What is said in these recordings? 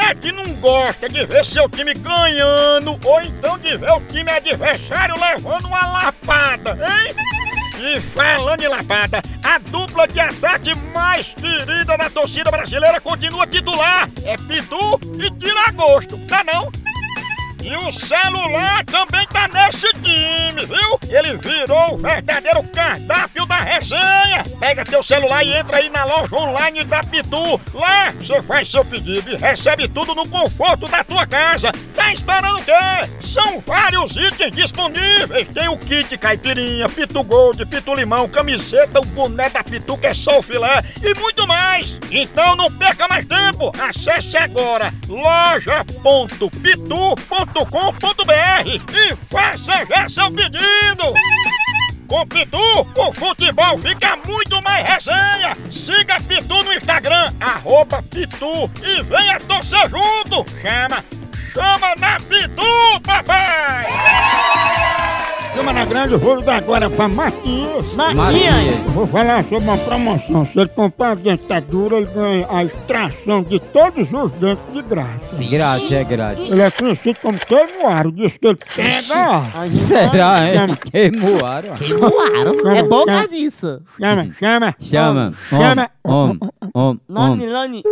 é que não gosta de ver seu time ganhando ou então de ver o time adversário levando uma lapada, hein? E falando em lapada, a dupla de ataque mais querida da torcida brasileira continua titular. É Pitu e Tiragosto, tá não? E o celular também tá nesse time, viu? Ele virou o verdadeiro cardápio da resenha. Pega teu celular e entra aí na loja online da Pitu. Lá você faz seu pedido e recebe tudo no conforto da tua casa. Tá esperando o quê? São vários itens disponíveis. Tem o kit caipirinha, Pitu Gold, Pitu Limão, camiseta, o boné da Pitu que é só o filé e muito mais. Então não perca mais tempo. Acesse agora loja.pitu.com.br e faça já seu pedido! Com Pitu, o futebol fica muito mais resenha! Siga Pitu no Instagram, @Pitu e venha torcer junto! Chama na Pitu, papai! Chama na grande, eu vou dar agora pra Matias. Vou falar sobre uma promoção. Se ele comprar a dentadura, ele ganha a extração de todos os dentes de graça. Grátis, é grátis. Ele é conhecido como queimoaro. Diz que ele pega, ó. Será, hein? Queimoaro. Queimoaro? É bom nisso. Chama. Nome.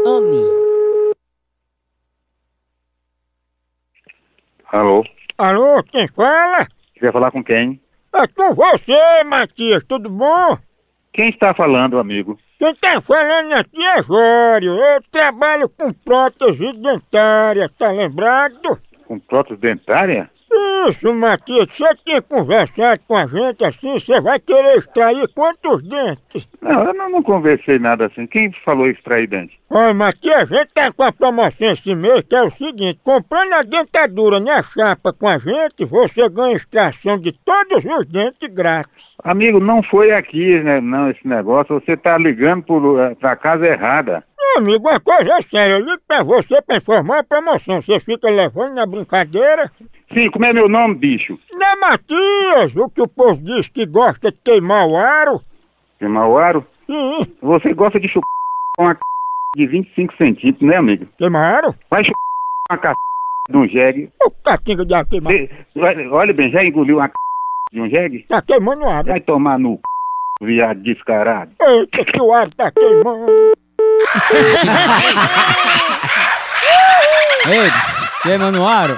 Alô? Alô, quem fala? Quer falar com quem? É com você, Matias, tudo bom? Quem está falando, amigo? Quem tá falando aqui é Jório. Eu trabalho com prótese dentária, tá lembrado? Com prótese dentária? Isso, Matias, você tinha conversado com a gente assim, você vai querer extrair quantos dentes? Não, eu não conversei nada assim. Quem falou extrair dente? Olha, Matias, a gente tá com a promoção esse mês que é o seguinte, comprando a dentadura na chapa com a gente, você ganha extração de todos os dentes grátis. Amigo, não foi aqui, né, não, esse negócio. Você tá ligando pra casa errada. Meu amigo, uma coisa é séria, eu ligo pra você pra informar a promoção, você fica levando na brincadeira? Sim, como é meu nome, bicho? Não é Matias, o que o povo diz que gosta de queimar o aro? Queimar o aro? Sim. Você gosta de chupar uma de 25 centímetros, né, amigo? Queimar aro? Vai chupar uma de um jegue. O catinga de aro queimar. Olha bem, já engoliu uma de um jegue? Tá queimando o aro. Vai tomar no viado descarado. Eita, que o aro tá queimando. Eles, queima no aro.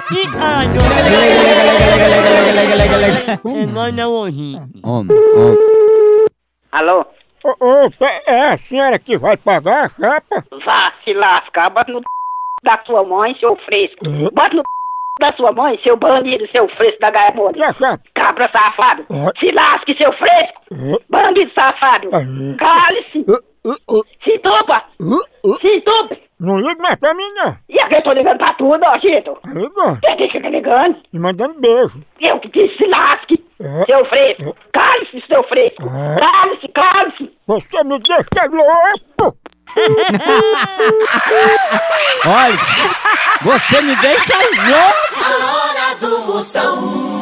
Alô? É a senhora que vai pagar a chapa? Vá se lascar, bota no da sua mãe, seu fresco. Bota no da sua mãe, seu bandido, seu fresco da gaia E a chapa? Cabra safado. Se lasque, seu fresco. Bandido safado. Cale-se. Se entupa. Se entupe. Não liga mais pra mim, não. E aqui eu tô ligando pra tudo, ó, Gito. Ligou? Quem que fica ligando? Me mandando beijo. Eu que disse, se lasque, seu fresco. Cale-se, seu fresco. Cale-se. Você me deixa louco. Olha, você me deixa louco. A hora do Moção.